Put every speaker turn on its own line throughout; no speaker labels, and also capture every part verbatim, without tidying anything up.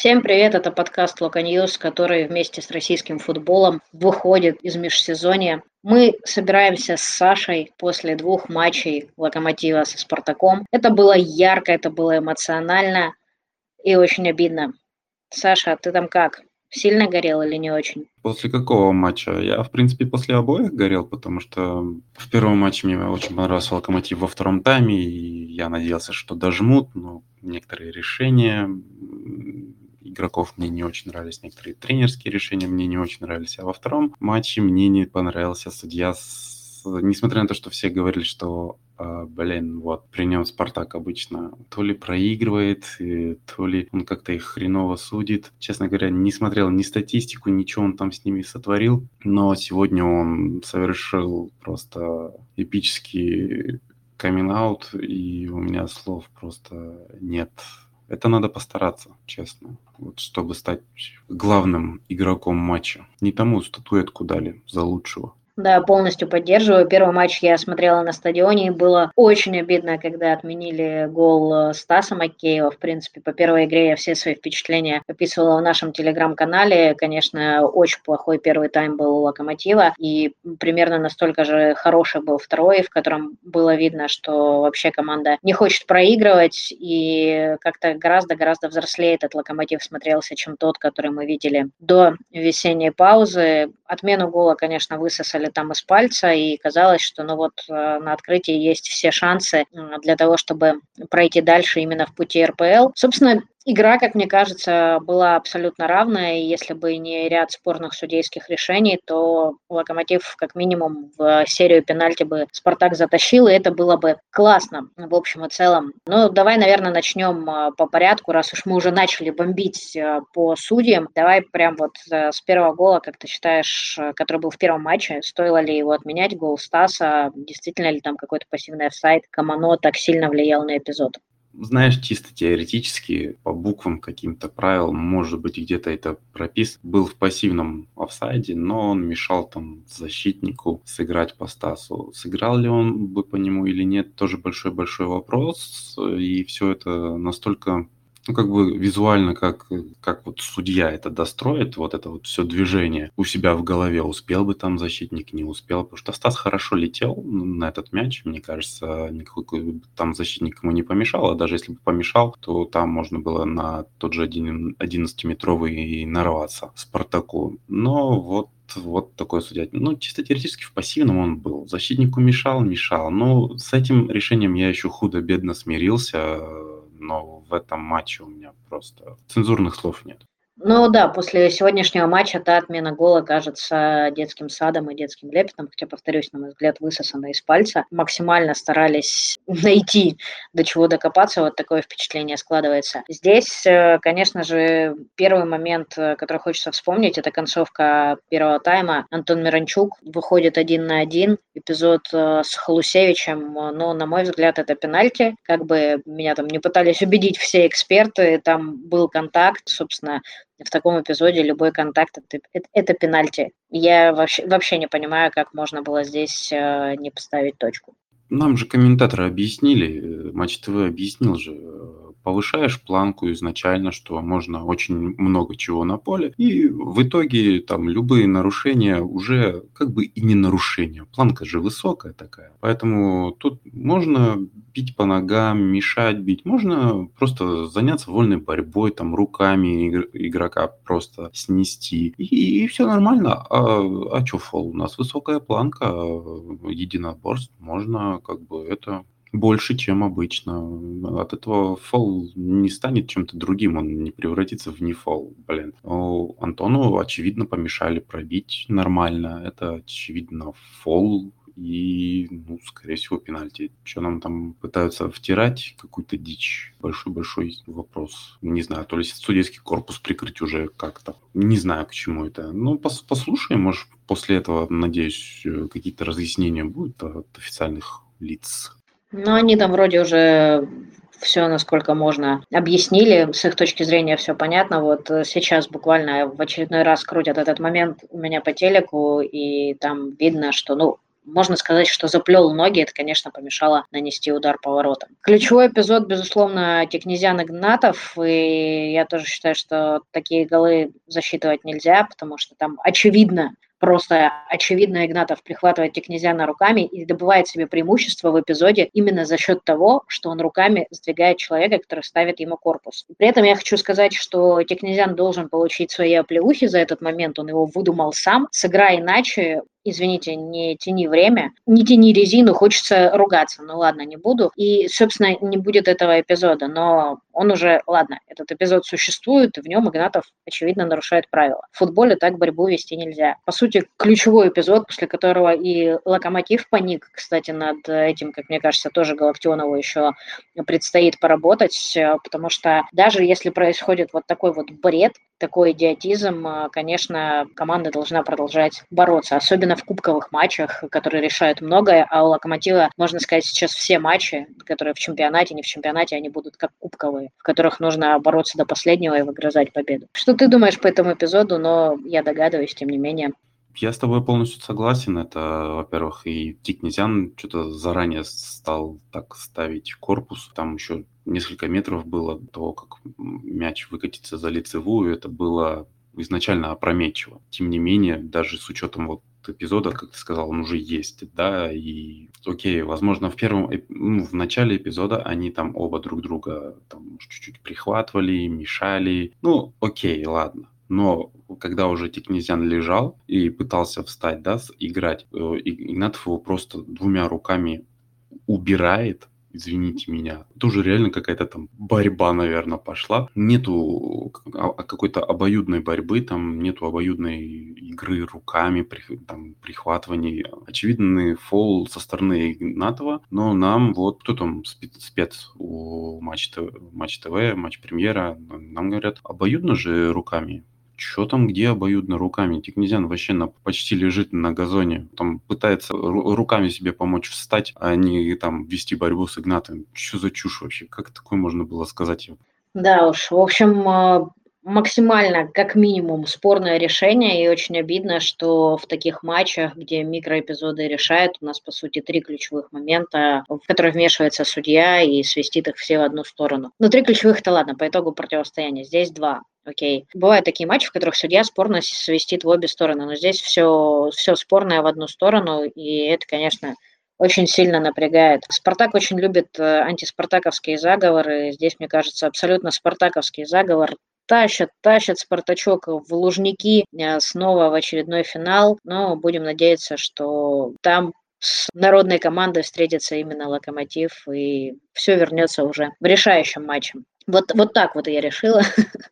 Всем привет, это подкаст Лока Ньюс, который вместе с российским футболом выходит из межсезонья. Мы собираемся с Сашей после двух матчей Локомотива со Спартаком. Это было ярко, это было эмоционально и очень обидно. Саша, ты там как? Сильно горел или не очень?
После какого матча? Я, в принципе, после обоих горел, потому что в первом матче мне очень понравился Локомотив во втором тайме, и я надеялся, что дожмут, но некоторые решения м, игроков мне не очень нравились, некоторые тренерские решения мне не очень нравились, а во втором матче мне не понравился судья, с- несмотря на то, что все говорили, что а, блин, вот при нем Спартак обычно то ли проигрывает, и то ли он как-то их хреново судит. Честно говоря, не смотрел ни статистику, ничего он там с ними сотворил, но сегодня он совершил просто эпический камин-аут, и у меня слов просто нет. Это надо постараться, честно, вот, чтобы стать главным игроком матча. Не тому статуэтку дали за лучшего.
Да, полностью поддерживаю. Первый матч я смотрела на стадионе, и было очень обидно, когда отменили гол э, Стаса Макеева. В принципе, по первой игре я все свои впечатления описывала в нашем телеграм-канале. Конечно, очень плохой первый тайм был у Локомотива, и примерно настолько же хороший был второй, в котором было видно, что вообще команда не хочет проигрывать, и как-то гораздо-гораздо взрослее этот Локомотив смотрелся, чем тот, который мы видели до весенней паузы. Отмену гола, конечно, высосали там из пальца, и казалось, что ну вот э, на открытии есть все шансы м, для того, чтобы пройти дальше именно в пути эр пэ эл. Собственно, игра, как мне кажется, была абсолютно равная, и если бы не ряд спорных судейских решений, то Локомотив как минимум в серию пенальти бы Спартак затащил, и это было бы классно в общем и целом. Ну, давай, наверное, начнем э, по порядку, раз уж мы уже начали бомбить э, по судьям. Давай прям вот э, с первого гола, как ты считаешь, э, который был в первом матче, стоило ли его отменять, гол Стаса, действительно ли там какой-то пассивный офсайд, Камано так сильно влиял на эпизод?
Знаешь, чисто теоретически, по буквам каким-то правил, может быть, где-то это прописано, был в пассивном офсайде, но он мешал там защитнику сыграть по Стасу. Сыграл ли он бы по нему или нет, тоже большой-большой вопрос. И все это настолько, ну, как бы визуально, как, как вот судья это достроит, вот это вот все движение у себя в голове, успел бы там защитник, не успел, потому что Стас хорошо летел на этот мяч, мне кажется, никакой там защитник ему не помешал, а даже если бы помешал, то там можно было на тот же один- одиннадцатиметровый и нарваться Спартаку. Но вот вот такой судья. Ну, чисто теоретически в пассивном он был. Защитнику мешал, мешал. Но с этим решением я еще худо-бедно смирился. Но в этом матче у меня просто цензурных слов нет.
Ну да, после сегодняшнего матча та отмена гола кажется детским садом и детским лепетом, хотя, повторюсь, на мой взгляд, высосана из пальца. Максимально старались найти, до чего докопаться, вот такое впечатление складывается. Здесь, э, конечно же, первый момент, э, который хочется вспомнить, это концовка первого тайма. Антон Миранчук выходит один на один, эпизод э, с Халусевичем, э, но, на мой взгляд, это пенальти. Как бы меня там не пытались убедить все эксперты, там был контакт, собственно, в таком эпизоде любой контакт это, это, это пенальти. Я вообще, вообще не понимаю, как можно было здесь э, не поставить точку.
Нам же комментаторы объяснили, э, Матч ТВ объяснил же, э, повышаешь планку изначально, что можно очень много чего на поле, и в итоге там любые нарушения уже как бы и не нарушения. Планка же высокая такая, поэтому тут можно бить по ногам, мешать бить, можно просто заняться вольной борьбой, там руками игр- игрока просто снести, и, все нормально. А, а что фол? У нас высокая планка, а, единоборств, можно как бы это больше, чем обычно. От этого фол не станет чем-то другим, он не превратится в не фол. Блин. У Антону, очевидно, помешали пробить нормально. Это, очевидно, фол. И, ну, скорее всего, пенальти. Что нам там пытаются втирать? Какую-то дичь. Большой-большой вопрос. Не знаю, то ли судейский корпус прикрыть уже как-то. Не знаю, к чему это. Ну, пос- послушаем, может, после этого, надеюсь, э, какие-то разъяснения будут от официальных лиц.
Но они там вроде уже все, насколько можно, объяснили. С их точки зрения все понятно. Вот э, сейчас буквально в очередной раз крутят этот момент у меня по телеку, и там видно, что, ну, можно сказать, что заплел ноги, это, конечно, помешало нанести удар по воротам. Ключевой эпизод, безусловно, Тикнезян-Игнатов, и я тоже считаю, что такие голы засчитывать нельзя, потому что там очевидно, просто очевидно, Игнатов прихватывает Тикнезяна руками и добывает себе преимущество в эпизоде именно за счет того, что он руками сдвигает человека, который ставит ему корпус. При этом я хочу сказать, что Тикнезян должен получить свои оплеухи за этот момент, он его выдумал сам. Сыграй иначе, извините, не тяни время, не тяни резину, хочется ругаться, ну ладно, не буду. И, собственно, не будет этого эпизода, но он уже, ладно, этот эпизод существует, и в нем Игнатов, очевидно, нарушает правила. В футболе так борьбу вести нельзя. По сути, ключевой эпизод, после которого и Локомотив паник, кстати, над этим, как мне кажется, тоже Галактионову еще предстоит поработать, потому что даже если происходит вот такой вот бред, такой идиотизм, конечно, команда должна продолжать бороться, особенно в кубковых матчах, которые решают многое, а у Локомотива, можно сказать, сейчас все матчи, которые в чемпионате, не в чемпионате, они будут как кубковые, в которых нужно бороться до последнего и выгрызать победу. Что ты думаешь по этому эпизоду, но я догадываюсь, тем не менее.
Я с тобой полностью согласен. Это, во-первых, и Тикнезян что-то заранее стал так ставить корпус. Там еще несколько метров было до того, как мяч выкатится за лицевую. Это было изначально опрометчиво. Тем не менее, даже с учетом вот эпизода, как ты сказал, он уже есть, да, и окей, возможно, в первом, ну, в начале эпизода они там оба друг друга там чуть-чуть прихватывали, мешали, ну, окей, ладно. Но когда уже Тикнезян лежал и пытался встать, да, играть, Игнатов его просто двумя руками убирает, извините меня. Тоже реально какая-то там борьба, наверное, пошла. Нету какой-то обоюдной борьбы, там нету обоюдной игры руками, там, прихватываний. Очевидный фол со стороны Игнатова, но нам вот, кто там спец у Матч ТВ, Матч ТВ, Матч Премьера, нам говорят, обоюдно же руками. Что там, где обоюдно руками? Тикнезян вообще на, почти лежит на газоне. Там пытается ру- руками себе помочь встать, а не там вести борьбу с Игнатом. Что за чушь вообще? Как такое можно было сказать?
Да уж, в общем, максимально, как минимум, спорное решение, и очень обидно, что в таких матчах, где микроэпизоды решают, у нас, по сути, три ключевых момента, в которые вмешивается судья и свистит их все в одну сторону. Ну, три ключевых-то ладно, по итогу противостояния. Здесь два. Окей. Бывают такие матчи, в которых судья спорно свистит в обе стороны, но здесь все, все спорное в одну сторону, и это, конечно, очень сильно напрягает. Спартак очень любит антиспартаковские заговоры. Здесь, мне кажется, абсолютно спартаковский заговор. Тащат, тащат Спартачок в Лужники снова в очередной финал. Но будем надеяться, что там с народной командой встретится именно Локомотив, и все вернется уже в решающем матче. Вот, вот так вот я решила.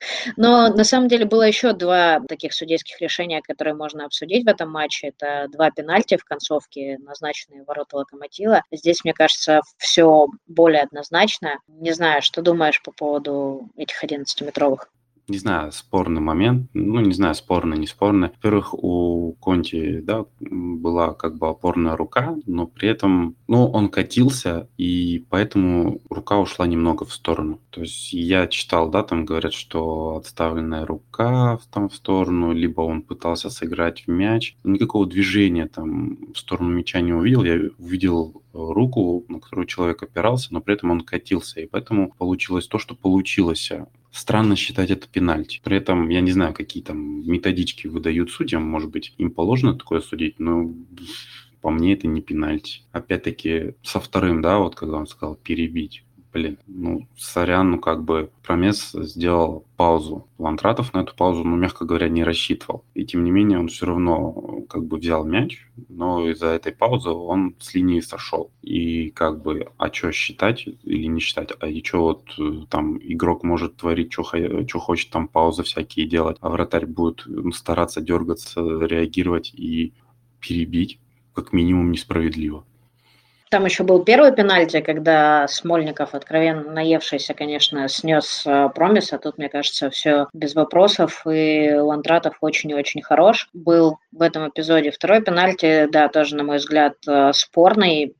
Но на самом деле было еще два таких судейских решения, которые можно обсудить в этом матче. Это два пенальти в концовке, назначенные в ворота Локомотива. Здесь, мне кажется, все более однозначно. Не знаю, что думаешь по поводу этих одиннадцатиметровых?
Не знаю, спорный момент. Ну, не знаю, спорный, не спорный. Во-первых, у Конти, да, была как бы опорная рука, но при этом, ну, он катился, и поэтому рука ушла немного в сторону. То есть я читал, да, там говорят, что отставленная рука там в сторону, либо он пытался сыграть в мяч. Никакого движения там в сторону мяча не увидел. Я увидел руку, на которую человек опирался, но при этом он катился, и поэтому получилось то, что получилось. Странно считать это пенальти. При этом я не знаю, какие там методички выдают судьям. Может быть, им положено такое судить, но по мне это не пенальти. Опять-таки, со вторым, да, вот когда он сказал перебить. Блин, ну, сорян, ну, как бы Промес сделал паузу. Лантратов на эту паузу, ну, мягко говоря, не рассчитывал. И тем не менее он все равно как бы взял мяч, но из-за этой паузы он с линии сошел. И как бы, а что считать или не считать? А и что вот там игрок может творить, что хочет, там паузы всякие делать, а вратарь будет стараться дергаться, реагировать и перебить, как минимум несправедливо.
Там еще был первый пенальти, когда Смольников, откровенно наевшийся, конечно, снес Промес, а тут, мне кажется, все без вопросов, и Лантратов очень и очень хорош был в этом эпизоде. Второй пенальти, да, тоже, на мой взгляд, спорный.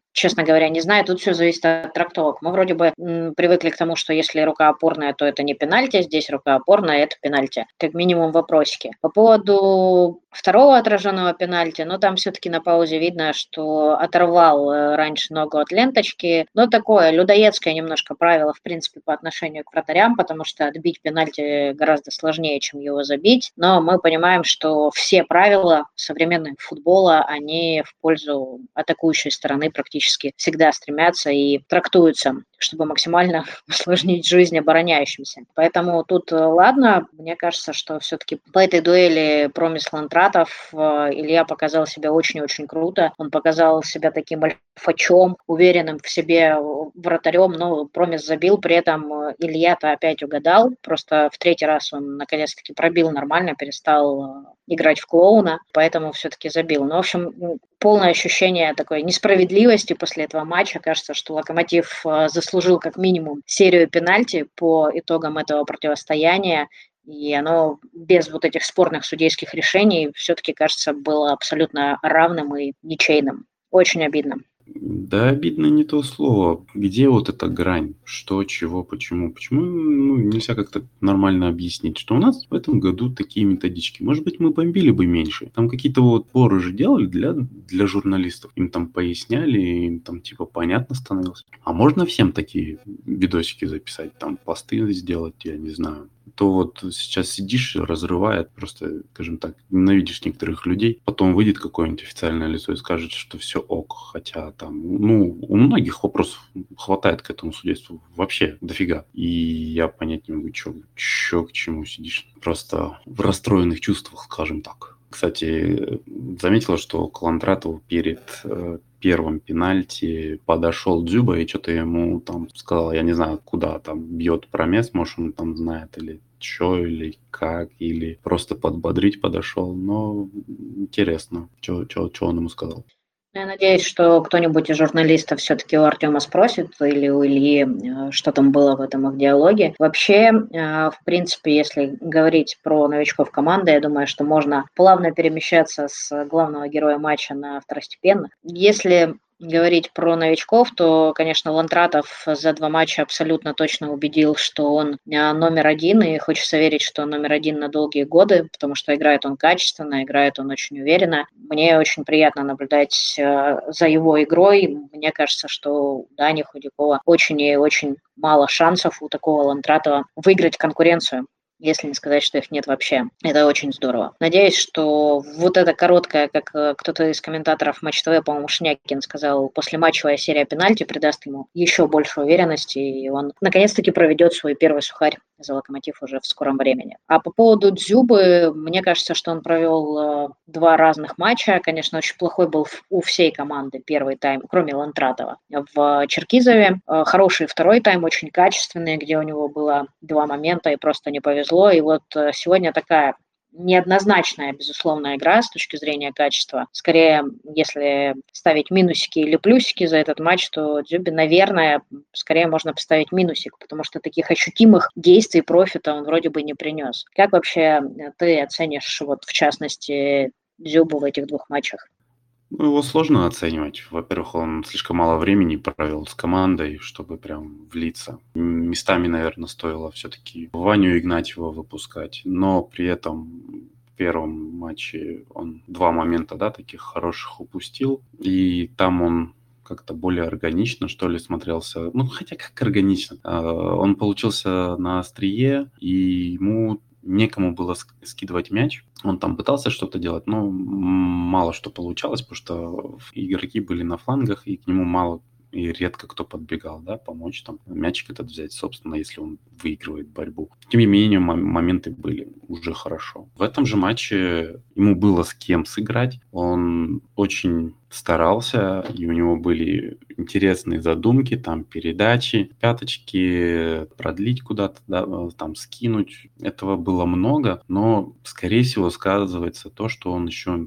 честно говоря, не знаю, тут все зависит от трактовок. Мы вроде бы м, привыкли к тому, что если рука опорная, то это не пенальти, здесь рука опорная, это пенальти. Как минимум вопросики. По поводу второго отраженного пенальти, ну там все-таки на паузе видно, что оторвал э, раньше ногу от ленточки. Но такое людоедское немножко правило, в принципе, по отношению к вратарям, потому что отбить пенальти гораздо сложнее, чем его забить. Но мы понимаем, что все правила современного футбола, они в пользу атакующей стороны практически всегда стремятся и трактуются, чтобы максимально усложнить жизнь обороняющимся. Поэтому тут, э, ладно, мне кажется, что все-таки по этой дуэли Промис Лантратов э, Илья показал себя очень-очень круто. Он показал себя таким альфачом, уверенным в себе вратарем, но Промис забил, при этом э, Илья-то опять угадал. Просто в третий раз он наконец-таки пробил нормально, перестал э, играть в клоуна, поэтому все-таки забил. Ну, в общем, полное ощущение такой несправедливости после этого матча. Кажется, что Локомотив э, заслужил как минимум серию пенальти по итогам этого противостояния, и оно без вот этих спорных судейских решений все-таки, кажется, было абсолютно равным и ничейным. Очень обидно.
Да, обидно не то слово. Где вот эта грань? Что, чего, почему? Почему ну, нельзя как-то нормально объяснить, что у нас в этом году такие методички? Может быть, мы бомбили бы меньше. Там какие-то вот поры же делали для, для журналистов. Им там поясняли, им там типа понятно становилось. А можно всем такие видосики записать? Там посты сделать, я не знаю. То вот сейчас сидишь, разрывает, просто, скажем так, ненавидишь некоторых людей, потом выйдет какое-нибудь официальное лицо и скажет, что все ок, хотя там, ну, у многих вопросов хватает к этому судейству вообще дофига. И я понять не могу, что, что к чему сидишь. Просто в расстроенных чувствах, скажем так. Кстати, заметила, что к Лантратову перед э, первым пенальти подошел Дзюба и что-то ему там сказал, я не знаю, куда там бьет Промес, может он там знает или что, или как, или просто подбодрить подошел, но интересно, что он ему сказал.
Я надеюсь, что кто-нибудь из журналистов все-таки у Артема спросит или у Ильи, э, что там было в этом их диалоге. Вообще, э, в принципе, если говорить про новичков команды, я думаю, что можно плавно перемещаться с главного героя матча на второстепенных. Если говорить про новичков, то, конечно, Лантратов за два матча абсолютно точно убедил, что он э, номер один, и хочется верить, что он номер один на долгие годы, потому что играет он качественно, играет он очень уверенно. Мне очень приятно наблюдать э, за его игрой. Мне кажется, что у Дани Худякова очень и очень мало шансов у такого Лантратова выиграть конкуренцию, если не сказать, что их нет вообще. Это очень здорово. Надеюсь, что вот эта короткая, как э, кто-то из комментаторов Матч ТВ, по-моему, Шнякин сказал, послематчевая серия пенальти придаст ему еще больше уверенности, и он наконец-таки проведет свой первый сухарь за Локомотив уже в скором времени. А по поводу Дзюбы, мне кажется, что он провел э, два разных матча. Конечно, очень плохой был у всей команды первый тайм, кроме Лантратова. В Черкизове э, хороший второй тайм, очень качественный, где у него было два момента и просто не повезло. И вот сегодня такая неоднозначная, безусловно, игра с точки зрения качества. Скорее, если ставить минусики или плюсики за этот матч, то Дзюбе, наверное, скорее можно поставить минусик, потому что таких ощутимых действий, профита он вроде бы не принес. Как вообще ты оценишь, вот в частности, Дзюбу в этих двух матчах?
Ну, его сложно оценивать. Во-первых, он слишком мало времени провел с командой, чтобы прям влиться. Местами, наверное, стоило все-таки Ваню Игнатьева выпускать, но при этом в первом матче он два момента, да, таких хороших упустил, и там он как-то более органично, что ли, смотрелся. Ну, хотя как органично. Он получился на острие, и ему некому было скидывать мяч. Он там пытался что-то делать, но мало что получалось, потому что игроки были на флангах, и к нему мало и редко кто подбегал, да, помочь там мячик этот взять, собственно, если он выигрывает борьбу. Тем не менее, моменты были уже хорошо. В этом же матче ему было с кем сыграть. Он очень старался, и у него были интересные задумки, там передачи, пяточки, продлить куда-то, да, там скинуть. Этого было много, но, скорее всего, сказывается то, что он еще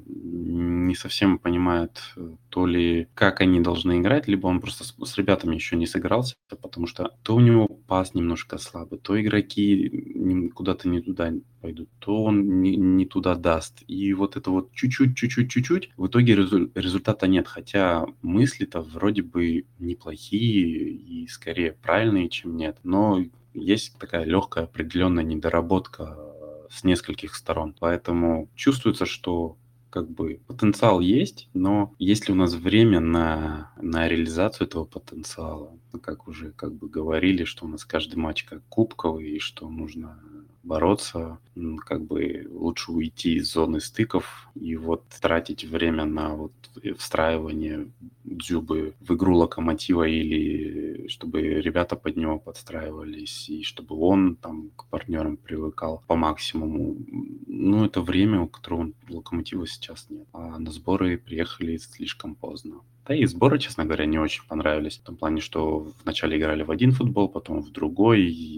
не совсем понимает, то ли как они должны играть, либо он просто с, с ребятами еще не сыгрался, потому что то у него пас немножко слабый, то игроки куда-то не туда пойдут, то он не, не туда даст. И вот это вот чуть-чуть, чуть-чуть, чуть-чуть, в итоге резу- результата нет. Хотя мысли-то вроде бы неплохие и скорее правильные, чем нет. Но есть такая легкая определенная недоработка с нескольких сторон. Поэтому чувствуется, что как бы потенциал есть, но есть ли у нас время на, на реализацию этого потенциала? Ну, как уже как бы говорили, что у нас каждый матч как кубковый, и что нужно бороться, м, как бы лучше уйти из зоны стыков и вот тратить время на вот встраивание Дзюбы в игру Локомотива или чтобы ребята под него подстраивались и чтобы он там к партнерам привыкал по максимуму. Ну, это время, у которого у Локомотива сейчас нет. А на сборы приехали слишком поздно. Да и сборы, честно говоря, не очень понравились. В том плане, что вначале играли в один футбол, потом в другой,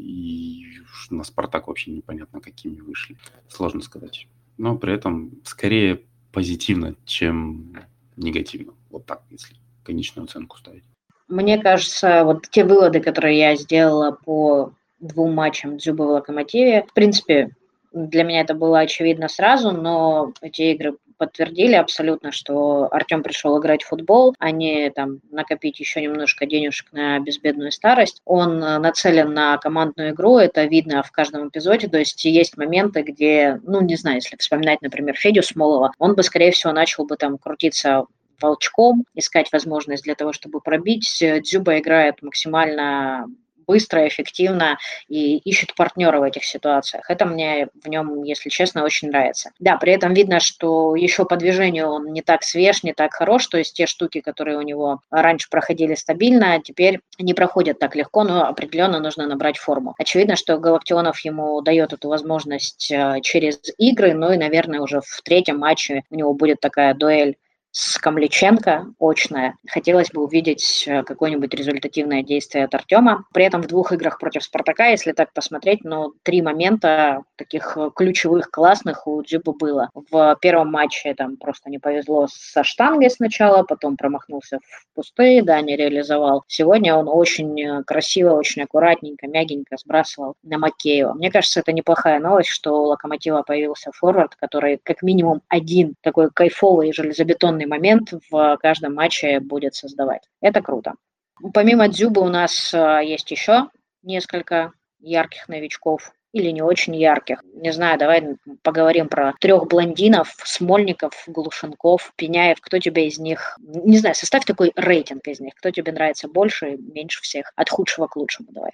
и на «Спартак» вообще непонятно, какими вышли. Сложно сказать. Но при этом скорее позитивно, чем негативно. Вот так, если конечную оценку ставить.
Мне кажется, вот те выводы, которые я сделала по двум матчам Дзюбы в «Локомотиве», в принципе, для меня это было очевидно сразу, но эти игры подтвердили абсолютно, что Артем пришел играть в футбол, а не там накопить еще немножко денежек на безбедную старость. Он э, нацелен на командную игру, это видно в каждом эпизоде, то есть есть моменты, где, ну, не знаю, если вспоминать, например, Федю Смолова, он бы, скорее всего, начал бы там крутиться волчком, искать возможность для того, чтобы пробить. Дзюба играет максимально быстро, эффективно и ищет партнера в этих ситуациях. Это мне в нем, если честно, очень нравится. Да, при этом видно, что еще по движению он не так свеж, не так хорош, то есть те штуки, которые у него раньше проходили стабильно, теперь не проходят так легко, но определенно нужно набрать форму. Очевидно, что Галактионов ему дает эту возможность через игры, ну и, наверное, уже в третьем матче у него будет такая дуэль с Камличенко очная. Хотелось бы увидеть какое-нибудь результативное действие от Артема. При этом в двух играх против «Спартака», если так посмотреть, ну, три момента таких ключевых, классных у Дзюбы было. В первом матче там просто не повезло со штангой сначала, потом промахнулся в пустые, да, не реализовал. Сегодня он очень красиво, очень аккуратненько, мягенько сбрасывал на Макеева. Мне кажется, это неплохая новость, что у «Локомотива» появился форвард, который как минимум один такой кайфовый железобетонный момент в каждом матче будет создавать. Это круто. Помимо Дзюбы у нас есть еще несколько ярких новичков или не очень ярких. Не знаю, давай поговорим про трех блондинов: Смольников, Глушенков, Пеняев. Кто тебе из них... Не знаю, составь такой рейтинг из них. Кто тебе нравится больше, меньше всех? От худшего к лучшему давай.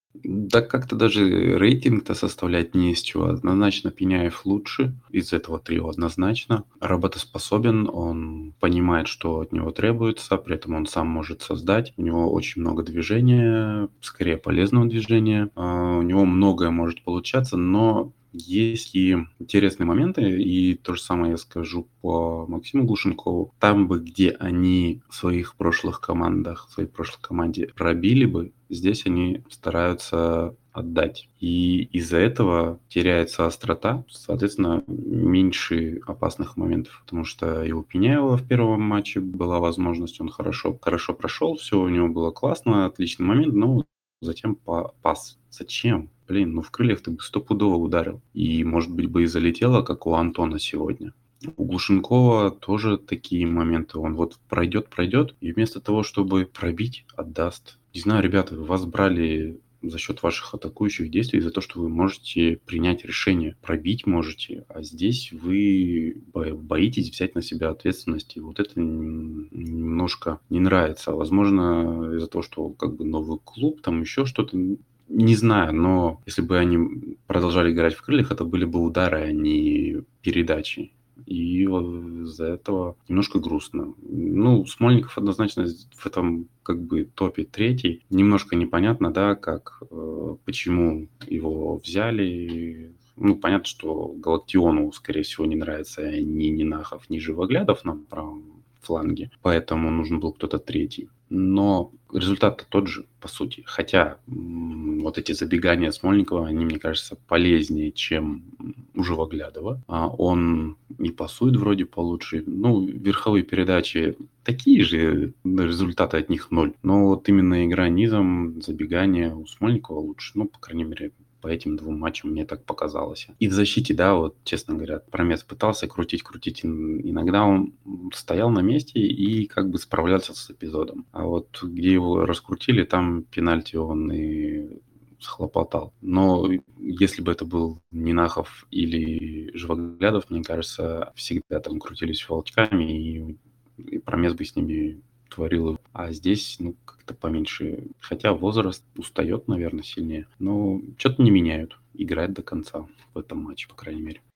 Да как-то даже рейтинг-то составлять не из чего. Однозначно Пеняев лучше из этого трио, однозначно. Работоспособен, он понимает, что от него требуется, при этом он сам может создать. У него очень много движения, скорее полезного движения. У него многое может получаться, но есть и интересные моменты, и то же самое я скажу по Максиму Глушенкову. Там бы, где они в своих прошлых командах, в своей прошлой команде пробили бы, здесь они стараются отдать. И из-за этого теряется острота, соответственно, меньше опасных моментов. Потому что и у Пеняева в первом матче была возможность, он хорошо, хорошо прошел, все у него было классно, отличный момент, но затем пас. Зачем? Блин, ну в крыльях ты бы стопудово ударил. И, может быть, бы и залетело, как у Антона сегодня. У Глушенкова тоже такие моменты. Он вот пройдет, пройдет, и вместо того, чтобы пробить, отдаст. Не знаю, ребята, вас брали за счет ваших атакующих действий, за то, что вы можете принять решение, пробить можете, а здесь вы боитесь взять на себя ответственность, и вот это немножко не нравится. Возможно, из-за того, что как бы новый клуб, там еще что-то, не знаю, но если бы они продолжали играть в крыльях, это были бы удары, а не передачи. И из-за этого немножко грустно. Ну, Смольников однозначно в этом как бы топе третий. Немножко непонятно, да, как, э, почему его взяли. Ну, понятно, что Галактиону, скорее всего, не нравится ни Нинахов, ни Живоглядов на правом фланге, поэтому нужен был кто-то третий. Но результат тот же, по сути. Хотя м- вот эти забегания Смольникова, они, мне кажется, полезнее, чем у Живоглядова. А он и пасует вроде получше. Ну, верховые передачи такие же, результаты от них ноль. Но вот именно игра низом, забегание у Смольникова лучше. Ну, по крайней мере, по этим двум матчам мне так показалось. И в защите, да, вот, честно говоря, Промес пытался крутить, крутить. Иногда он стоял на месте и как бы справлялся с эпизодом. А вот где его раскрутили, там пенальти он и схлопотал. Но если бы это был Нинахов или Живоглядов, мне кажется, всегда там крутились волчками, и, и Промес бы с ними творил. А здесь, ну, как-то поменьше. Хотя возраст устает, наверное, сильнее. Но что-то не меняют. Играет до конца в этом матче, по крайней мере.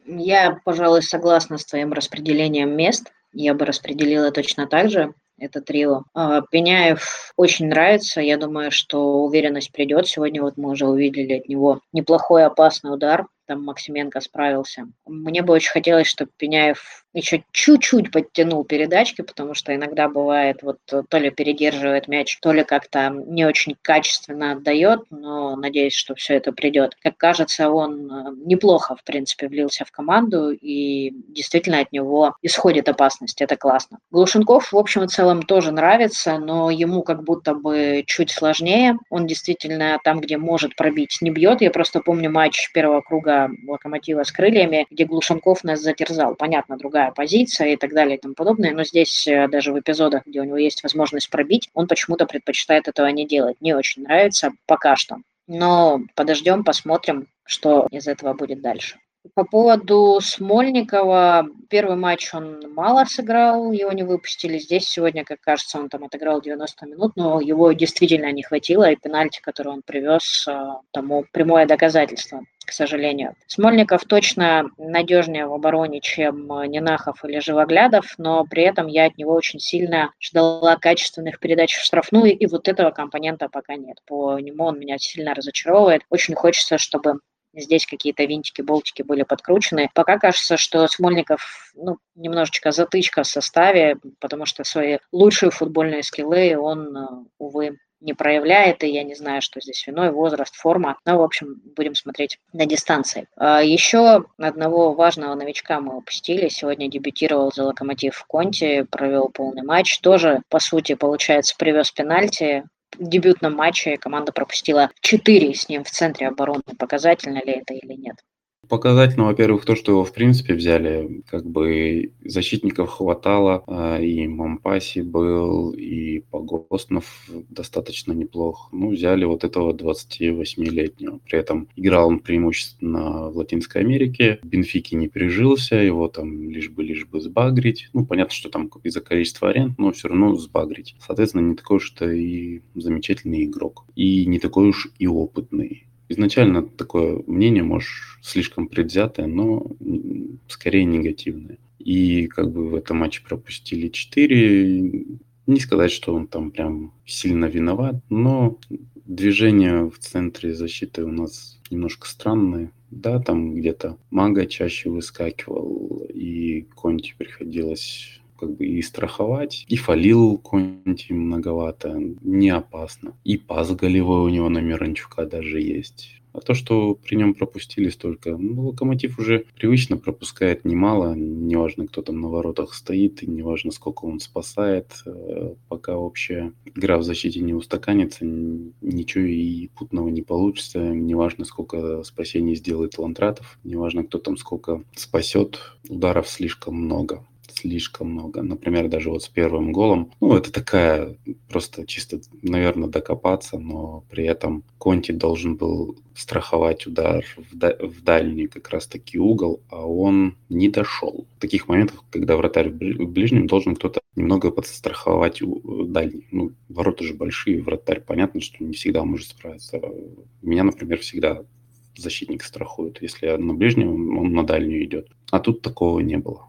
Я, пожалуй, согласна с твоим распределением мест. Я бы распределила точно так же это трио. А, Пеняев очень нравится. Я думаю, что уверенность придет. Сегодня вот мы уже увидели от него неплохой опасный удар. Там Максименко справился. Мне бы очень хотелось, чтобы Пеняев еще чуть-чуть подтянул передачки, потому что иногда бывает, вот то ли передерживает мяч, то ли как-то не очень качественно отдает, но надеюсь, что все это придет. Как кажется, он неплохо, в принципе, влился в команду, и действительно от него исходит опасность, это классно. Глушенков, в общем и целом, тоже нравится, но ему как будто бы чуть сложнее. Он действительно там, где может пробить, не бьет. Я просто помню матч первого круга Локомотива с Крыльями, где Глушенков нас затерзал. Понятно, другая позиция и так далее и тому подобное, но здесь даже в эпизодах, где у него есть возможность пробить, он почему-то предпочитает этого не делать. Не очень нравится пока что. Но подождем, посмотрим, что из этого будет дальше. По поводу Смольникова, первый матч он мало сыграл, его не выпустили. Здесь сегодня, как кажется, он там отыграл девяносто минут, но его действительно не хватило, и пенальти, который он привез, тому прямое доказательство, к сожалению. Смольников точно надежнее в обороне, чем Нинахов или Живоглядов, но при этом я от него очень сильно ждала качественных передач в штрафную, и вот этого компонента пока нет. По нему он меня сильно разочаровывает. Очень хочется, чтобы здесь какие-то винтики, болтики были подкручены. Пока кажется, что Смольников, ну, немножечко затычка в составе, потому что свои лучшие футбольные скиллы он, увы, не проявляет, и я не знаю, что здесь виной, возраст, форма. Но, в общем, будем смотреть на дистанции. Еще одного важного новичка мы упустили. Сегодня дебютировал за Локомотив Конти, провел полный матч. Тоже, по сути, получается, привез пенальти. В дебютном матче команда пропустила четыре с ним в центре обороны. Показательно ли это или нет?
Показательно, во-первых, то, что его в принципе взяли, как бы защитников хватало, и Момпаси был, и Погоснов достаточно неплох. Ну, взяли вот этого двадцативосьмилетнего. При этом играл он преимущественно в Латинской Америке, в Бенфике не прижился, его там лишь бы, лишь бы сбагрить. Ну, понятно, что там из-за количества аренд, но все равно сбагрить. Соответственно, не такой уж это и замечательный игрок, и не такой уж и опытный. Изначально такое мнение, может, слишком предвзятое, но скорее негативное. И как бы в этом матче пропустили четыре. Не сказать, что он там прям сильно виноват, но движения в центре защиты у нас немножко странные. Да, там где-то Мага чаще выскакивал, и Конти приходилось как бы и страховать, и фалил Конти многовато, не опасно. И пас голевой у него на Миранчука даже есть. А то, что при нем пропустили столько, ну, Локомотив уже привычно пропускает немало, неважно, кто там на воротах стоит, и неважно, сколько он спасает, пока общая игра в защите не устаканится, ничего и путного не получится, неважно, сколько спасений сделает Лантратов, неважно, кто там сколько спасет, ударов слишком много. Слишком много. Например, даже вот с первым голом. Ну, это такая просто чисто, наверное, докопаться, но при этом Конти должен был страховать удар в, да- в дальний как раз-таки угол, а он не дошел. В таких моментах, когда вратарь в бли- в ближнем, должен кто-то немного подстраховать у- дальний. Ну, ворота же большие, вратарь, понятно, что не всегда может справиться. Меня, например, всегда защитник страхует. Если я на ближнем, он на дальнюю идет. А тут такого не было.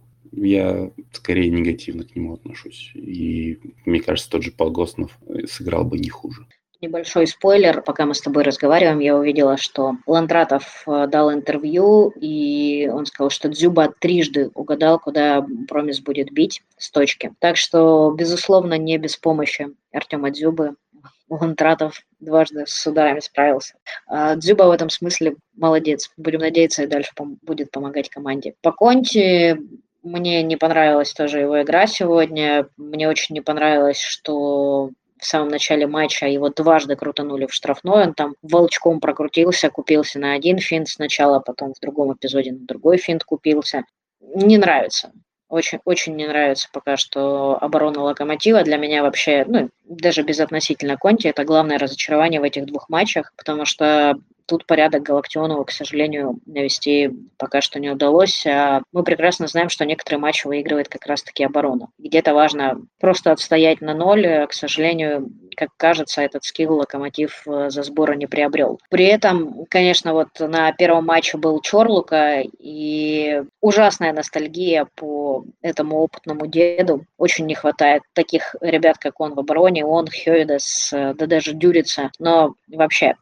Я скорее негативно к нему отношусь. И мне кажется, тот же Погоснов сыграл бы не хуже.
Небольшой спойлер, пока мы с тобой разговариваем, я увидела, что Лантратов дал интервью, и он сказал, что Дзюба трижды угадал, куда Промес будет бить с точки. Так что, безусловно, не без помощи Артема Дзюбы Лантратов дважды с ударами справился. А Дзюба в этом смысле молодец. Будем надеяться, и дальше пом- будет помогать команде. По Конти мне не понравилась тоже его игра сегодня. Мне очень не понравилось, что в самом начале матча его дважды крутанули в штрафной, он там волчком прокрутился, купился на один финт сначала, потом в другом эпизоде на другой финт купился. Не нравится. Очень, очень не нравится пока что оборона Локомотива. Для меня вообще, ну, даже безотносительно Конти, это главное разочарование в этих двух матчах, потому что тут порядок Галактионову, к сожалению, навести пока что не удалось. А мы прекрасно знаем, что некоторые матчи выигрывает как раз-таки оборона. Где-то важно просто отстоять на ноль. К сожалению, как кажется, этот скилл Локомотив за сбора не приобрел. При этом, конечно, вот на первом матче был Чорлука, и ужасная ностальгия по этому опытному деду. Очень не хватает таких ребят, как он в обороне, он, Хёйдес, да даже Дюрица. Но вообще...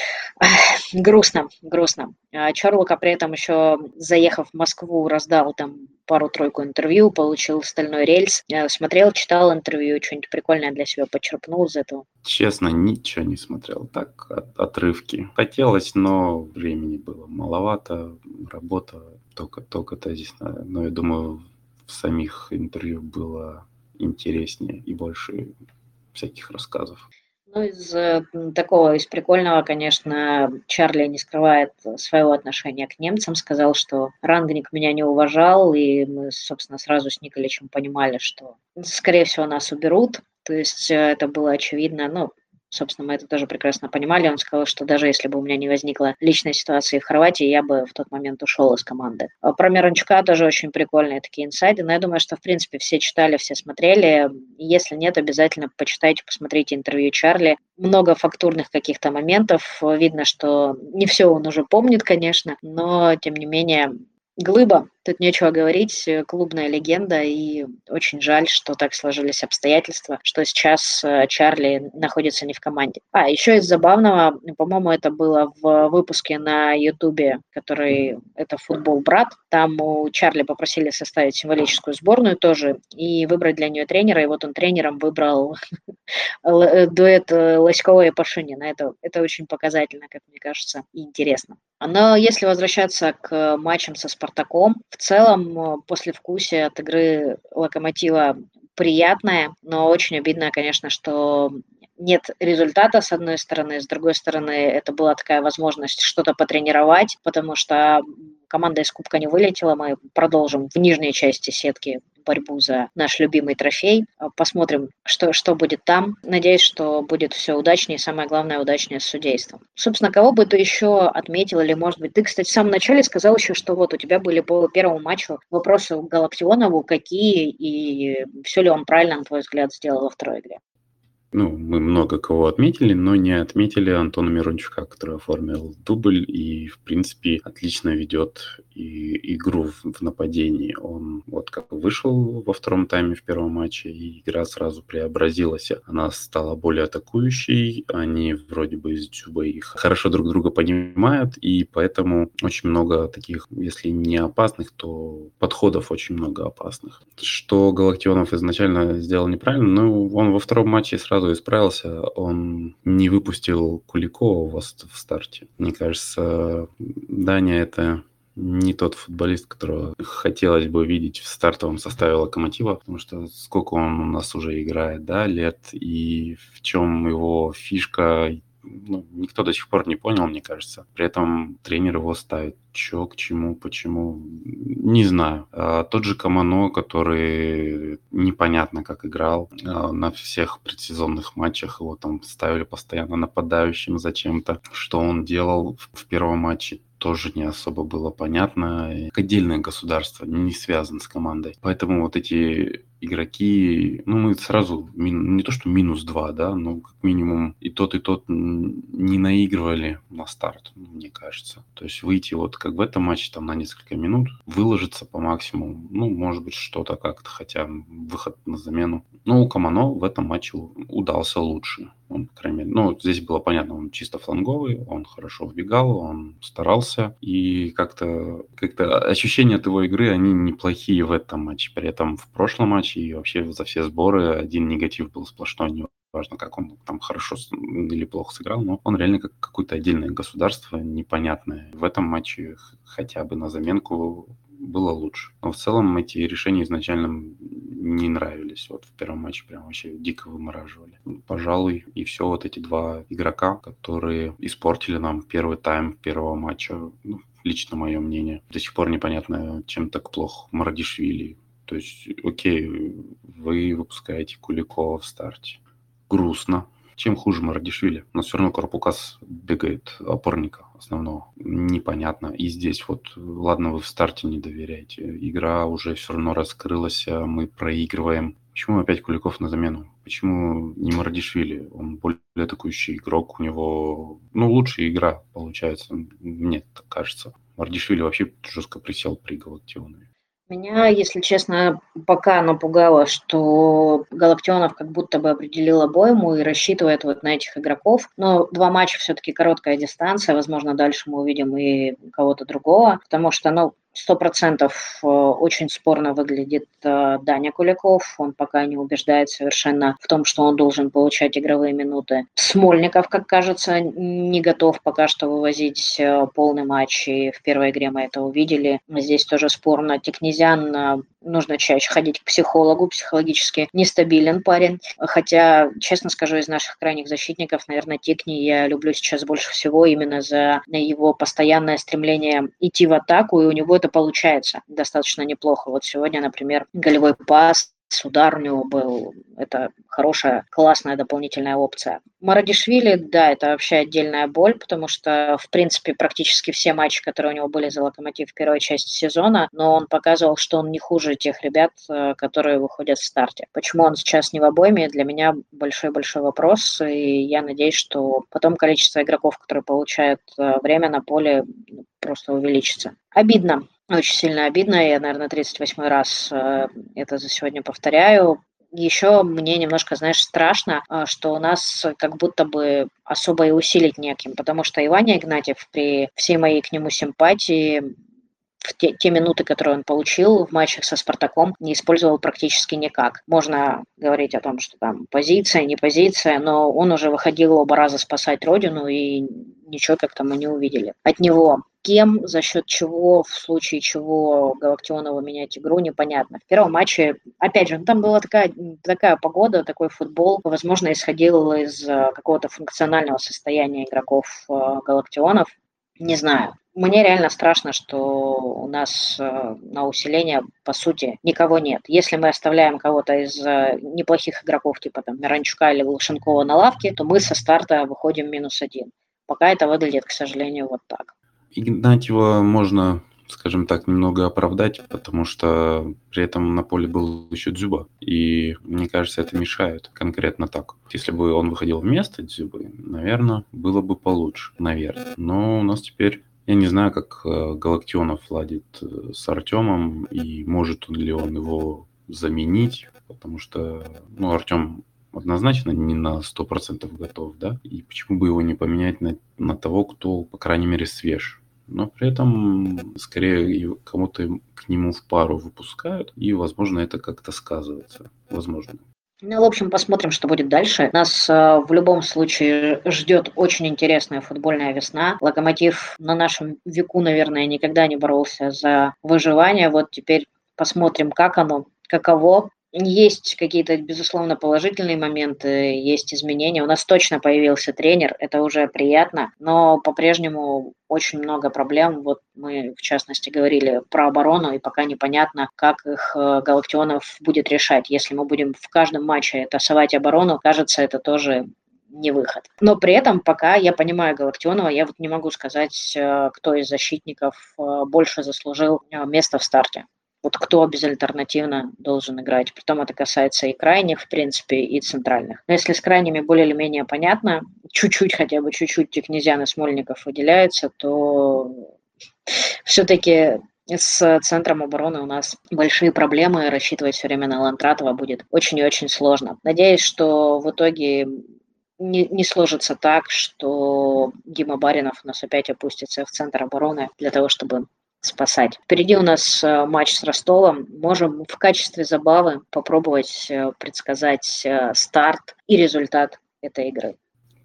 Грустно, грустно. А Чорлука при этом еще, заехав в Москву, раздал там пару-тройку интервью, получил стальной рельс. Смотрел, читал интервью, что-нибудь прикольное для себя почерпнул из этого.
Честно, ничего не смотрел. Так, от, отрывки. Хотелось, но времени было маловато. Работа только, только тезисная. Но я думаю, в самих интервью было интереснее и больше всяких рассказов.
Ну, из э, такого, из прикольного, конечно, Чарли не скрывает своего отношения к немцам, сказал, что Рангник меня не уважал, и мы, собственно, сразу с Николичем понимали, что, скорее всего, нас уберут. То есть э, это было очевидно, ну, собственно, мы это тоже прекрасно понимали. Он сказал, что даже если бы у меня не возникла личной ситуации в Хорватии, я бы в тот момент ушел из команды. А про Мирончука тоже очень прикольные такие инсайды, но я думаю, что, в принципе, все читали, все смотрели. Если нет, обязательно почитайте, посмотрите интервью Чарли. Много фактурных каких-то моментов. Видно, что не все он уже помнит, конечно, но, тем не менее, глыба, тут нечего говорить, клубная легенда, и очень жаль, что так сложились обстоятельства, что сейчас Чарли находится не в команде. А, еще из забавного, по-моему, это было в выпуске на Ютубе, который, это «Футбол Брат», там у Чарли попросили составить символическую сборную тоже и выбрать для нее тренера, и вот он тренером выбрал дуэт Лоськова и Пашинина. Это, это очень показательно, как мне кажется, и интересно. Но если возвращаться к матчам со «Спартаком», в целом послевкусие от игры «Локомотива» приятное, но очень обидно, конечно, что нет результата, с одной стороны, с другой стороны, это была такая возможность что-то потренировать, потому что команда из Кубка не вылетела, мы продолжим в нижней части сетки борьбу за наш любимый трофей. Посмотрим, что, что будет там. Надеюсь, что будет все удачнее, и самое главное, удачнее с судейством. Собственно, кого бы ты еще отметил, или, может быть, ты, кстати, в самом начале сказал еще, что вот у тебя были по первому матчу вопросы к Галактионову, какие, и все ли он правильно, на твой взгляд, сделал во второй игре?
Ну, мы много кого отметили, но не отметили Антона Мирончука, который оформил дубль и, в принципе, отлично ведет и игру в, в нападении. Он вот как вышел во втором тайме в первом матче, и игра сразу преобразилась. Она стала более атакующей, они вроде бы с Дзюбой хорошо друг друга понимают, и поэтому очень много таких, если не опасных, то подходов очень много опасных. Что Галактионов изначально сделал неправильно, ну, он во втором матче сразу исправился, он не выпустил Куликова в старте. Мне кажется, Даня — это не тот футболист, которого хотелось бы видеть в стартовом составе Локомотива, потому что сколько он у нас уже играет, да, лет, и в чем его фишка, ну, никто до сих пор не понял, мне кажется. При этом тренер его ставит. Че, к чему, почему, не знаю. А тот же Камано, который непонятно как играл а, на всех предсезонных матчах, его там ставили постоянно нападающим зачем-то. Что он делал в, в первом матче, тоже не особо было понятно. Как отдельное государство, не связано с командой. Поэтому вот эти игроки, ну, мы сразу, мин, не то что минус два, да, но как минимум и тот, и тот не наигрывали на старт, мне кажется. То есть выйти вот как в этом матче там на несколько минут, выложиться по максимуму, ну, может быть, что-то как-то, хотя выход на замену. Но у Камано в этом матче удался лучше. Он, по крайней мере, ну, здесь было понятно, он чисто фланговый, он хорошо вбегал, он старался, и как-то, как-то ощущения от его игры, они неплохие в этом матче. При этом в прошлом матче и вообще за все сборы один негатив был сплошной, не важно, как он там хорошо или плохо сыграл, но он реально как какое-то отдельное государство непонятное. В этом матче хотя бы на заменку было лучше. Но в целом эти решения изначально не нравились. Вот в первом матче прям вообще дико вымораживали. Пожалуй, и все вот эти два игрока, которые испортили нам первый тайм первого матча, ну, лично мое мнение. До сих пор непонятно, чем так плохо Мардишвили. То есть, окей, вы выпускаете Куликова в старте. Грустно. Чем хуже Мардишвили? Но все равно Карпукас бегает опорника основного. Непонятно. И здесь вот, ладно, вы в старте не доверяете. Игра уже все равно раскрылась, а мы проигрываем. Почему опять Куликов на замену? Почему не Мардишвили? Он более атакующий игрок, у него, ну, лучшая игра получается, мне так кажется. Мардишвили вообще жестко присел при Галактионове.
Меня, если честно, пока напугало, что Галактионов как будто бы определил обойму и рассчитывает вот на этих игроков. Но два матча все-таки короткая дистанция, возможно, дальше мы увидим и кого-то другого, потому что, ну, сто процентов очень спорно выглядит Даня Куликов. Он пока не убеждает совершенно в том, что он должен получать игровые минуты. Смольников, как кажется, не готов пока что вывозить полный матч. И в первой игре мы это увидели. Здесь тоже спорно. Тикнезян, нужно чаще ходить к психологу. Психологически нестабилен парень. Хотя, честно скажу, из наших крайних защитников, наверное, Тикни я люблю сейчас больше всего именно за его постоянное стремление идти в атаку. И у него это получается достаточно неплохо. Вот сегодня, например, голевой пас, удар у него был. Это хорошая, классная дополнительная опция. Марадишвили, да, это вообще отдельная боль, потому что, в принципе, практически все матчи, которые у него были за Локомотив в первой части сезона, но он показывал, что он не хуже тех ребят, которые выходят в старте. Почему он сейчас не в обойме, для меня большой-большой вопрос, и я надеюсь, что потом количество игроков, которые получают время на поле, просто увеличится. Обидно. Очень сильно обидно. Я, наверное, тридцать восьмой раз э, это за сегодня повторяю. Еще мне немножко, знаешь, страшно, э, что у нас как будто бы особо и усилить неким, потому что Иван Игнатьев, при всей моей к нему симпатии, в те, те минуты, которые он получил в матчах со «Спартаком», не использовал практически никак. Можно говорить о том, что там позиция, не позиция, но он уже выходил оба раза спасать родину, и ничего как-то мы не увидели от него. Кем, за счет чего, в случае чего Галактионову менять игру, непонятно. В первом матче, опять же, ну, там была такая, такая погода, такой футбол, возможно, исходил из какого-то функционального состояния игроков Галактионов. Не знаю. Мне реально страшно, что у нас на усиление, по сути, никого нет. Если мы оставляем кого-то из неплохих игроков, типа там Миранчука или Глушенкова на лавке, то мы со старта выходим минус один. Пока это выглядит, к сожалению, вот так.
Игнатьева можно, скажем так, немного оправдать, потому что при этом на поле был еще Дзюба. И мне кажется, это мешает конкретно так. Если бы он выходил вместо Дзюбы, наверное, было бы получше. Наверное. Но у нас теперь... Я не знаю, как Галактионов ладит с Артемом, и может ли он его заменить, потому что, ну, Артем однозначно не на сто процентов готов, да, и почему бы его не поменять на, на того, кто, по крайней мере, свеж. Но при этом, скорее, кому-то к нему в пару выпускают, и, возможно, это как-то сказывается. Возможно.
Ну, в общем, посмотрим, что будет дальше. Нас э, в любом случае ждет очень интересная футбольная весна. Локомотив на нашем веку, наверное, никогда не боролся за выживание. Вот теперь посмотрим, как оно, каково. Есть какие-то, безусловно, положительные моменты, есть изменения. У нас точно появился тренер, это уже приятно, но по-прежнему очень много проблем. Вот мы, в частности, говорили про оборону, и пока непонятно, как их Галактионов будет решать. Если мы будем в каждом матче тасовать оборону, кажется, это тоже не выход. Но при этом пока я понимаю Галактионова, я вот не могу сказать, кто из защитников больше заслужил место в старте. Вот кто безальтернативно должен играть. Притом это касается и крайних, в принципе, и центральных. Но если с крайними более или менее понятно, чуть-чуть, хотя бы чуть-чуть Тикнезян и Смольников выделяются, то все-таки с центром обороны у нас большие проблемы. Рассчитывать все время на Лантратова будет очень и очень сложно. Надеюсь, что в итоге не, не сложится так, что Дима Баринов у нас опять опустится в центр обороны для того, чтобы спасать. Впереди у нас матч с Ростовом. Можем в качестве забавы попробовать предсказать старт и результат этой игры.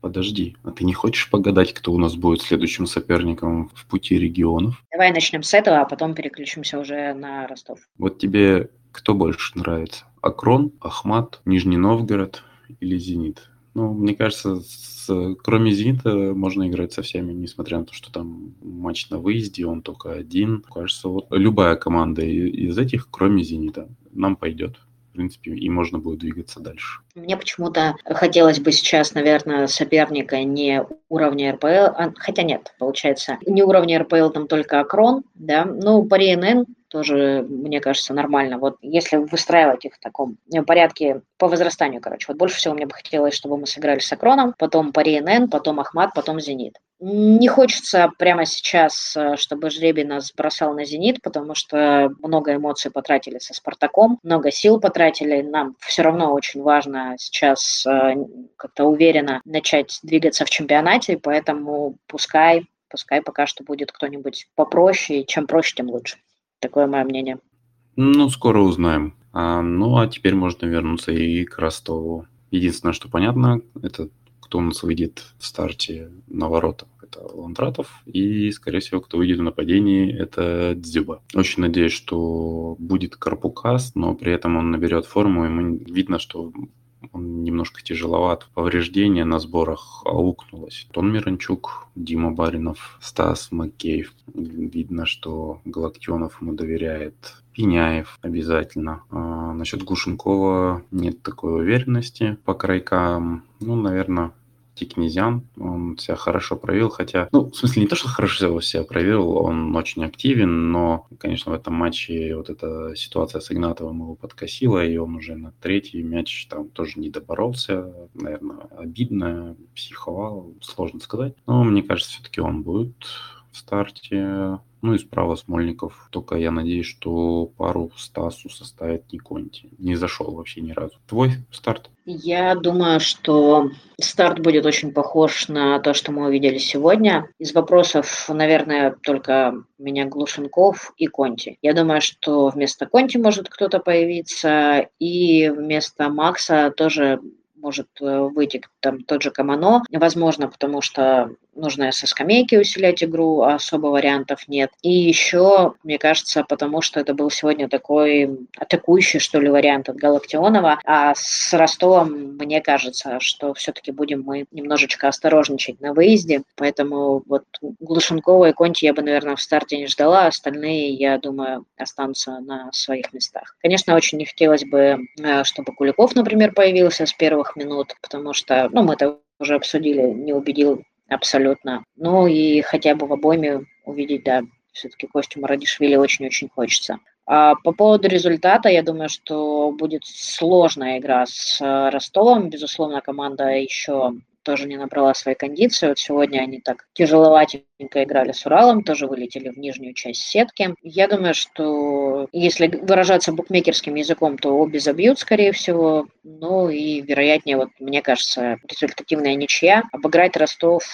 Подожди, а ты не хочешь погадать, кто у нас будет следующим соперником в пути регионов?
Давай начнем с этого, а потом переключимся уже на Ростов.
Вот тебе кто больше нравится? Акрон, Ахмат, Нижний Новгород или Зенит? Ну, мне кажется, с, кроме Зенита можно играть со всеми, несмотря на то, что там матч на выезде, он только один. Кажется, вот любая команда из этих, кроме Зенита, нам пойдет. В принципе, и можно будет двигаться дальше.
Мне почему-то хотелось бы сейчас, наверное, соперника не уровня эр пэ эл, а, хотя нет, получается, не уровня эр пэ эл, там только Акрон, да, ну, Пари эн эн тоже, мне кажется, нормально. Вот если выстраивать их в таком порядке по возрастанию, короче. Вот больше всего мне бы хотелось, чтобы мы сыграли с Акроном, потом Пари эн эн, потом Ахмат, потом Зенит. Не хочется прямо сейчас, чтобы жребий нас бросал на «Зенит», потому что много эмоций потратили со «Спартаком», много сил потратили. Нам все равно очень важно сейчас как-то уверенно начать двигаться в чемпионате, поэтому пускай, пускай пока что будет кто-нибудь попроще, и чем проще, тем лучше. Такое мое мнение.
Ну, скоро узнаем. А, ну, а теперь можно вернуться и к Ростову. Единственное, что понятно, это кто у нас выйдет в старте на ворота. Это Ландратов. И, скорее всего, кто выйдет в нападении, это Дзюба. Очень надеюсь, что будет Карпукас, но при этом он наберет форму, и мы видно, что он немножко тяжеловат. Повреждение на сборах аукнулось. Тон Миранчук, Дима Баринов, Стас Макеев. Видно, что Галактионов ему доверяет. Пеняев обязательно. А насчет Глушенкова нет такой уверенности по крайкам. Ну, наверное, Тикнезян, он себя хорошо проявил, хотя, ну, в смысле, не то, что хорошо себя проявил, он очень активен, но, конечно, в этом матче вот эта ситуация с Игнатовым его подкосила, и он уже на третий мяч там тоже не доборолся, наверное, обидно, психовал, сложно сказать, но мне кажется, все-таки он будет в старте. Ну и справа Смольников. Только я надеюсь, что пару Стасу составит не Конти. Не зашел вообще ни разу. Твой старт?
Я думаю, что старт будет очень похож на то, что мы увидели сегодня. Из вопросов, наверное, только у меня Глушенков и Конти. Я думаю, что вместо Конти может кто-то появиться, и вместо Макса тоже может выйти там тот же Камано, возможно, потому что нужно со скамейки усилять игру, а особо вариантов нет. И еще, мне кажется, потому что это был сегодня такой атакующий, что ли, вариант от Галактионова, а с Ростовом, мне кажется, что все-таки будем мы немножечко осторожничать на выезде, поэтому вот Глушенкова и Конти я бы, наверное, в старте не ждала, остальные, я думаю, останутся на своих местах. Конечно, очень не хотелось бы, чтобы Куликов, например, появился с первых минут, потому что, ну, мы это уже обсудили, не убедил абсолютно. Ну и хотя бы в обойме увидеть, да, все-таки Костю Марадишвили очень-очень хочется. А по поводу результата, я думаю, что будет сложная игра с Ростовом. Безусловно, команда еще тоже не набрала свои кондиции. Вот сегодня они так тяжеловатенько играли с Уралом, тоже вылетели в нижнюю часть сетки. Я думаю, что если выражаться букмекерским языком, то обе забьют, скорее всего. Ну и, вероятнее, вот мне кажется, результативная ничья. Обыграть Ростов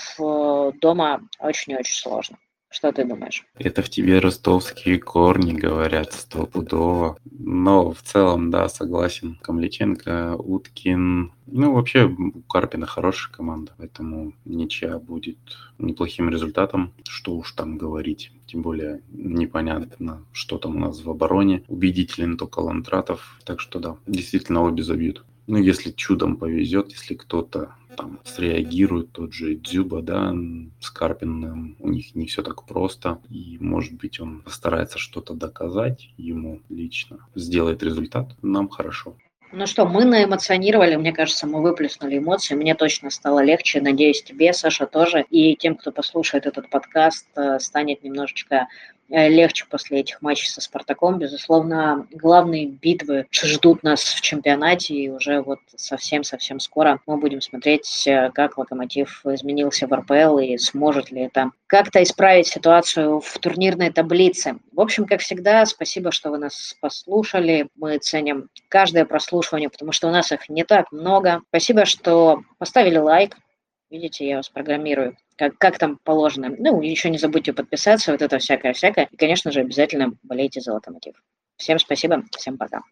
дома очень и очень сложно. Что ты думаешь?
Это в тебе ростовские корни, говорят, стопудово. Но в целом, да, согласен. Камличенко, Уткин. Ну, вообще, у Карпина хорошая команда, поэтому ничья будет неплохим результатом. Что уж там говорить. Тем более непонятно, что там у нас в обороне. Убедителен только Ландратов. Так что да, действительно обе забьют. Ну, если чудом повезет, если кто-то там среагирует, тот же Дзюба, да, с Карпиным, у них не все так просто, и, может быть, он постарается что-то доказать ему лично, сделает результат, нам хорошо.
Ну что, мы наэмоционировали, мне кажется, мы выплеснули эмоции, мне точно стало легче, надеюсь, тебе, Саша, тоже, и тем, кто послушает этот подкаст, станет немножечко легче после этих матчей со Спартаком. Безусловно, главные битвы ждут нас в чемпионате, и уже вот совсем-совсем скоро мы будем смотреть, как Локомотив изменился в эр пэ эл и сможет ли это как-то исправить ситуацию в турнирной таблице. В общем, как всегда, спасибо, что вы нас послушали. Мы ценим каждое прослушивание, потому что у нас их не так много. Спасибо, что поставили лайк. Видите, я вас программирую. Как, как там положено. Ну, еще не забудьте подписаться, вот это всякое-всякое. И, конечно же, обязательно болейте за Локомотив. Всем спасибо, всем пока.